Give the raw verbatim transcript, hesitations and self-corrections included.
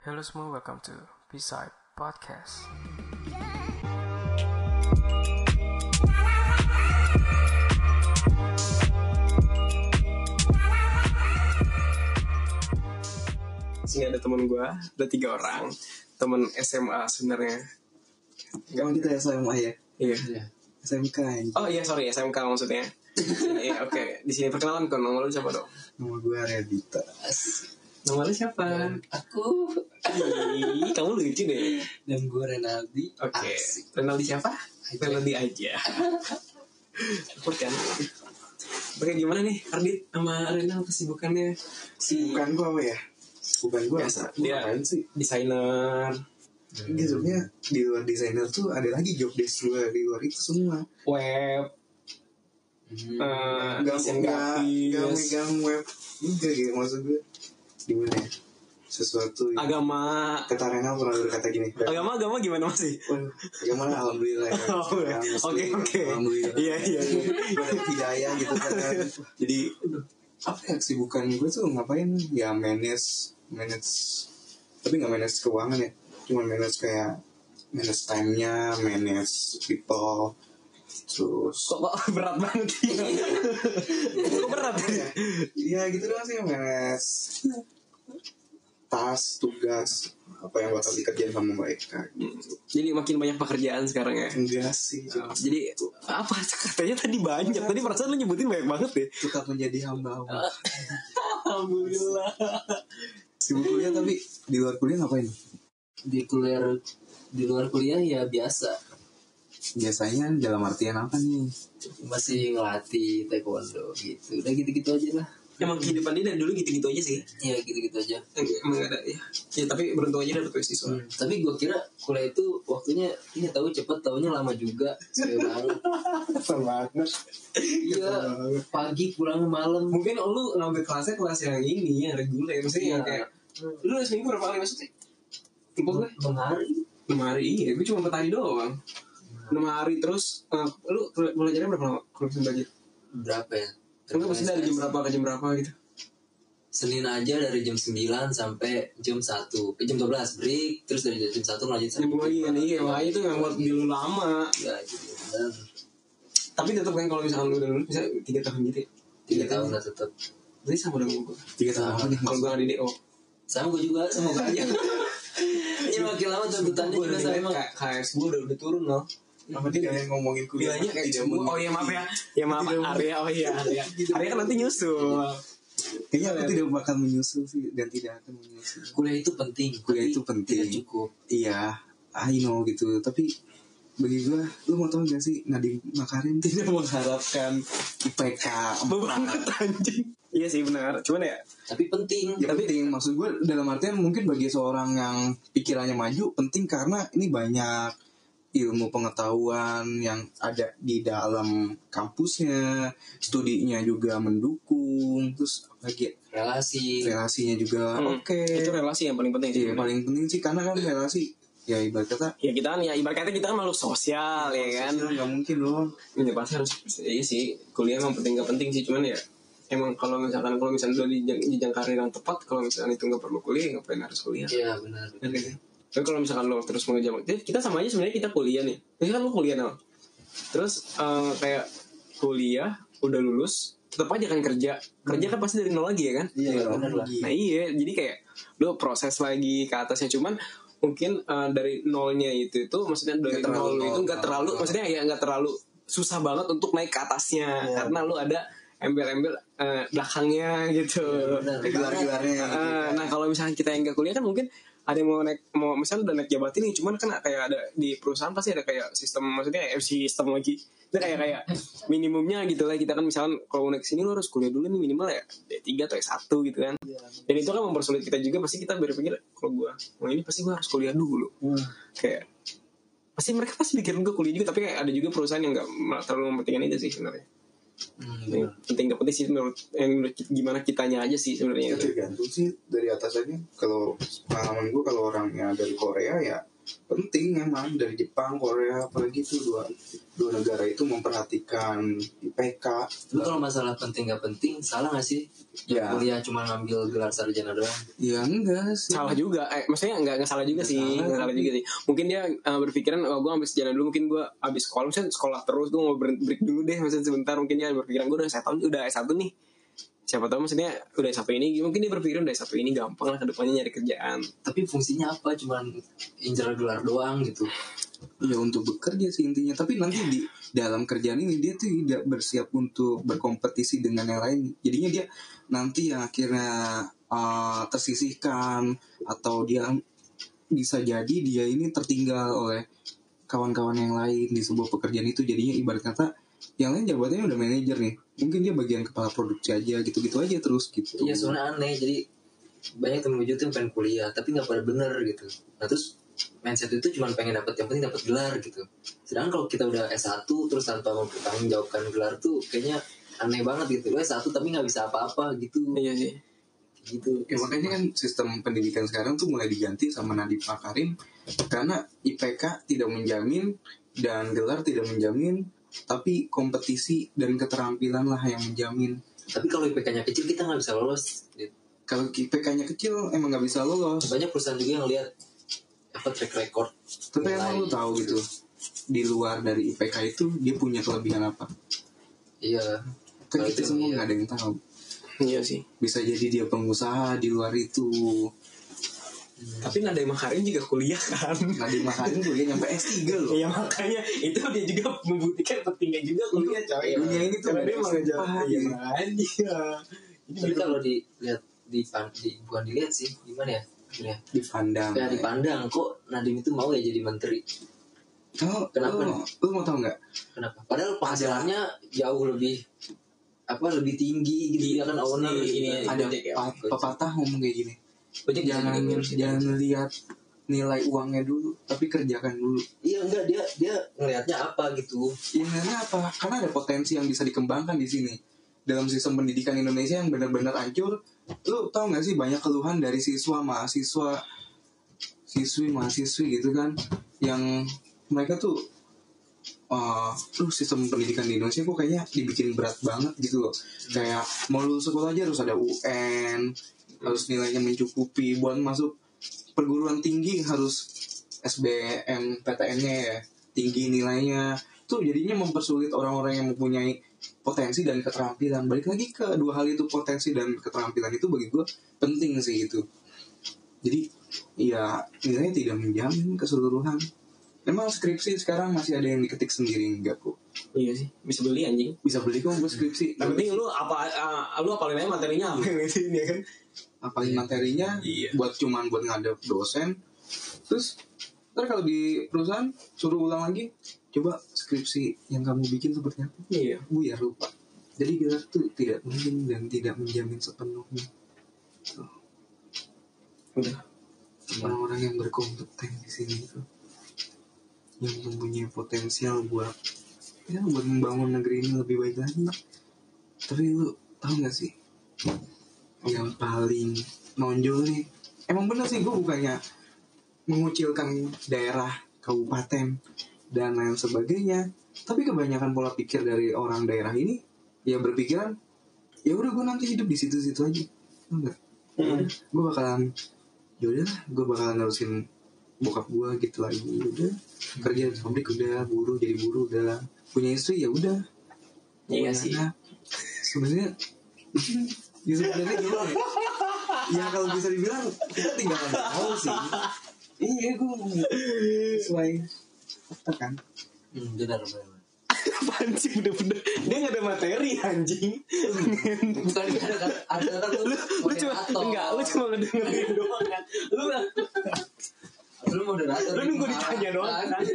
Hello semua, welcome to B-Side Podcast. Sini ada teman gue, ada tiga orang, teman S M A sebenarnya. Emang kita S M A ya? Iya. S M K aja. Oh iya, sorry, S M K maksudnya. Iya, oke. Okay. Di sini perkenalan kan, nama lu siapa dong? Nama gue Radita. Nama lu siapa? Aku. Ih, kamu lucu deh. Dan gue Renaldi. Oke. Okay. Renaldi siapa? Renaldi aja. Takut kan? Oke, gimana nih Ardit sama Renal kesibukannya? Bukan gue apa ya? Bukan gue Biasa. Dia Dia sih? desainer. Enggak, sebenarnya di luar desainer tuh ada lagi job desk luar di luar itu semua. Web. Hmm. Uh, Gak desain gak gak grafis. megang web juga gitu maksud gue. Gimana ya? Sesuatu yang Agama. kata Renal pernah berkata gini. Agama agama gimana masih? Waduh, agama alhamdulillah ya. Oh, Sekarang oke, Muslim, oke. Alhamdulillah. Iya, iya, iya. Gue dapet hidayah gitu kan. Jadi apa ya kesibukan gue tuh ngapain? Ya manage manage tapi nggak manage keuangan ya, cuma manage kayak manage time-nya, manage people, terus Kok, kok berat banget ya? Kok berat ya? ya gitu doang sih, manage tas, tugas, apa yang bakal dikerjain sama mereka gitu. Jadi makin banyak pekerjaan sekarang ya. Enggak sih, Oh, jadi apa katanya tadi banyak. Tadi perasaan lu nyebutin banyak banget deh. tetap menjadi hamba Allah. Alhamdulillah. Sibuk kuliah tapi di luar kuliah ngapain? Di kuliah di luar kuliah ya biasa. Biasanya dalam artian apa nih? Masih ngelatih taekwondo gitu. Udah gitu-gitu aja lah. Emang kehidupan dia dari dulu gitu-gitu aja sih. Ya gitu-gitu aja. Emang gak ada ya. Ya tapi beruntung aja dapet beasiswa. Hmm. Tapi gue kira kuliah itu waktunya ini tahu cepet, tahunya lama juga. Sekali banget. Banget. Iya. Pagi pulang malam. Mungkin lu ngambil kelasnya kelas yang ini yang reguler. Maksudnya yang Iya. kayak lu seminggu berapa kali masuk sih? Lupa gue. Enam hari. enam hari iya. Gue cuma empat hari doang. enam hari terus uh, lu belajarnya berapa lama? Kalau bisa belajar? Berapa ya? Enggak pasti dari jam berapa ke jam berapa gitu. Senin aja dari jam sembilan sampai jam satu, ke jam dua belas break, terus dari jam satu lanjut sampai Nyambung lagi kan, iya, wah itu yang buat di lu lama. ya gitu. Dan Tapi tetap kan kalau misalkan lu udah lulus bisa tiga tahun gitu ya. tiga tahun lah tetap. Berarti sama dengan gue. Tiga tahun apa nih? Kalau gue nggak di D O. Sama gue juga, sama gue aja. Ini makin lama tuntutannya Gue juga udah sama. K S gue udah udah turun loh. Apa tidak yang ngomongin kuliah? Bilangnya kayak Tidak semua. mau- Oh iya maaf ya. Ya maaf Arya. Oh iya Arya. Arya kan nanti nyusul. Kayaknya aku tidak bakal menyusul sih dan tidak akan menyusul. Kuliah itu penting. Kuliah tapi itu penting. Tidak cukup. Iya, I know gitu. Tapi bagi gue, lu mau tau gak sih Nadiem Makarim tidak mengharapkan I P K Banget anjing. Iya sih benar. Cuman ya. Tapi penting. Ya penting, maksud gue dalam artian mungkin bagi seorang yang pikirannya maju penting karena ini banyak ilmu pengetahuan yang ada di dalam kampusnya, studinya juga mendukung, terus lagi Relasi. relasinya juga Hmm. oke. Itu relasi yang paling penting sih. Iya, paling penting sih karena kan relasi ya ibarat kata Ya kita kan ya ibarat kata kita kan makhluk sosial ya kan. sosial nggak mungkin loh. Ini pasti harus iya sih kuliah emang penting gak penting sih cuman ya emang kalau misalkan kalau misalkan udah di jenjang karir yang tepat kalau misalkan itu nggak perlu kuliah ngapain harus kuliah. Iya benar. Ngerti kan? Tapi kalau misalkan lo terus mengejar jadi kita sama aja sebenarnya kita kuliah nih. Jadi kan lo kuliah nih. Terus eh, kayak kuliah udah lulus tetap aja kan kerja kerja kan pasti dari nol lagi ya kan. Iya benar lah. Nah iya jadi kayak lo proses lagi ke atasnya cuman mungkin uh, dari nolnya itu itu maksudnya dari Nggak terlalu nol itu nol. nggak terlalu maksudnya ya nggak terlalu susah banget untuk naik ke atasnya Iya. karena lu ada embel-embel uh, belakangnya gitu. Benar. Gelar-gelarnya gitu. Uh, nah kalau misalnya kita yang nggak kuliah kan mungkin ada yang mau naik mau misalnya udah naik jabatan nih cuman kan kayak ada di perusahaan pasti ada kayak sistem maksudnya M C sistem lagi itu kayak kayak minimumnya gitu lah kita kan misalkan kalau naik sini lu harus kuliah dulu nih minimal ya D tiga atau S satu gitu kan dan itu kan mempersulit kita juga pasti kita berpikir kalau gua mau ini pasti gua harus kuliah dulu kayak pasti mereka pasti pikir gua kuliah juga tapi kayak ada juga perusahaan yang nggak terlalu mementingkan itu sih sebenarnya. Hmm, Yang penting gak penting sih menurut yang menurut gimana kitanya aja sih sebenarnya Ya, tergantung sih dari atasannya. Kalau pengalaman gue kalau orangnya dari Korea ya penting memang dari Jepang, Korea, apalagi itu dua dua negara itu memperhatikan I P K. Lu kalau masalah penting gak penting, salah gak sih? Ya. Kuliah cuma ngambil gelar sarjana doang. Ya enggak sih. Salah juga, eh, maksudnya nggak nggak salah juga Nggak sih, salah. nggak salah juga sih. Mungkin dia uh, berpikiran, oh gue ambil sejarah dulu, mungkin gue abis sekolah, misalnya sekolah terus, gue mau break, break dulu deh, maksudnya sebentar. Mungkin dia berpikiran gue udah satu tahun, udah S satu nih. Siapa tahu maksudnya udah S satu ini, mungkin dia berpikiran udah S satu ini gampang lah kedepannya nyari kerjaan. Tapi fungsinya apa? Cuman incer gelar doang gitu. Ya untuk bekerja sih intinya. Tapi nanti di dalam kerjaan ini dia tuh tidak bersiap untuk berkompetisi dengan yang lain. Jadinya dia nanti yang akhirnya uh, tersisihkan, atau dia bisa jadi dia ini tertinggal oleh kawan-kawan yang lain di sebuah pekerjaan itu. Jadinya ibarat kata yang lain jabatannya udah manajer nih, mungkin dia bagian kepala produksi aja, gitu-gitu aja terus gitu. Iya, soalnya aneh. Jadi banyak temen gue tuh yang pengen kuliah tapi nggak pada bener gitu. Nah terus mindset itu cuma pengen dapat, yang penting dapat gelar gitu. Sedangkan kalau kita udah S satu terus tanpa mempertanggungjawabkan gelar tuh kayaknya aneh banget gitu. Lu S satu tapi nggak bisa apa-apa gitu. Iya sih. Gitu. Ya, makanya kan sistem pendidikan sekarang tuh mulai diganti sama Nadiem Makarim, karena I P K tidak menjamin dan gelar tidak menjamin, tapi kompetisi dan keterampilan lah yang menjamin. Tapi kalau I P K-nya kecil kita nggak bisa lolos gitu. Kalau I P K-nya kecil emang nggak bisa lolos. Banyak perusahaan juga yang lihat apa track record. Tapi emang lu tahu gitu, di luar dari I P K itu dia punya kelebihan apa? Iya. Kan Kalau kita itu semua iya. nggak ada yang tahu. Iya sih. Bisa jadi dia pengusaha di luar itu. Tapi Nadiem Makarim juga kuliah kan. Nadiem Makarim tuh dia nyampe S tiga loh. Iya makanya itu dia juga membuktikan pentingnya juga kuliah coy. Dunia ini tuh karena ada dia emang S aja. empat, Iya gitu. makanya. Tapi kalau dilihat di, di bukan dilihat sih gimana ya? Akhirnya Dipandang. ya dipandang kok Nadiem itu mau ya jadi menteri. Oh, Kenapa lu, nih? lu mau tahu nggak? Kenapa? Padahal penghasilannya jauh lebih apa lebih tinggi gitu ya kan owner Ini- gitu. ini- Ada Gojek ya, pa- pepatah ngomong kayak gini. Gojek Jangan juga ngurus itu. jangan lihat nilai uangnya dulu, tapi kerjakan dulu. Iya enggak, dia dia ngelihatnya apa gitu. Intinya apa? Karena ada potensi yang bisa dikembangkan di sini. Dalam sistem pendidikan Indonesia yang benar-benar hancur, lu tau gak sih banyak keluhan dari siswa, mahasiswa, siswi, mahasiswi gitu kan, yang mereka tuh, uh, tuh sistem pendidikan di Indonesia kok kayaknya dibikin berat banget gitu loh. Kayak mau lulus sekolah aja harus ada U N, harus nilainya mencukupi, buat masuk perguruan tinggi harus S B M P T N-nya ya tinggi nilainya. Tuh jadinya mempersulit orang-orang yang mempunyai potensi dan keterampilan. Balik lagi ke dua hal itu, potensi dan keterampilan itu bagi gue penting sih gitu. Jadi ya nilainya tidak menjamin keseluruhan. Memang skripsi sekarang masih ada yang diketik sendiri enggak kok. Iya sih, bisa beli anjing. Bisa beli kok gue skripsi. Yang penting lu apa uh, lu apalin aja materinya apa yang itu ya kan. Apalin materinya Iya. buat cuman buat ngadep dosen. Terus ntar kalau di perusahaan suruh ulang lagi, coba skripsi yang kamu bikin seperti apa? Iya. Buyar lupa. Jadi gelar tuh tidak mungkin dan tidak menjamin sepenuhnya. Tuh. Udah. Orang-orang yang berkompeten di sini itu, yang mempunyai potensial buat ya buat membangun negeri ini lebih baik lagi. Tapi lu tahu nggak sih yang paling nonjol nih? Emang bener sih, gue bukannya mengucilkan daerah, kabupaten dan lain sebagainya, tapi kebanyakan pola pikir dari orang daerah ini ya berpikiran ya udah gue nanti hidup di situ-situ aja, enggak? Hmm. Gue bakalan ya udah, gue bakalan nerusin bokap gue gitu lagi, udah kerja di pabrik udah, buruh jadi buruh udah, punya istri ya udah. Iya Punya sih. anak. Sebenarnya ya sebenarnya gimana ya? Ya kalau bisa dibilang kita tinggal nggak tahu sih. Iya gue sesuai fakta kan. Hmm, benar benar. Apaan sih bener-bener dia gak ada materi anjing. Bukan ada kan ada kan lu lu lu cuma enggak lu cuma ngedengerin doang kan. Lu lu moderator. lu nunggu ditanya doang kan.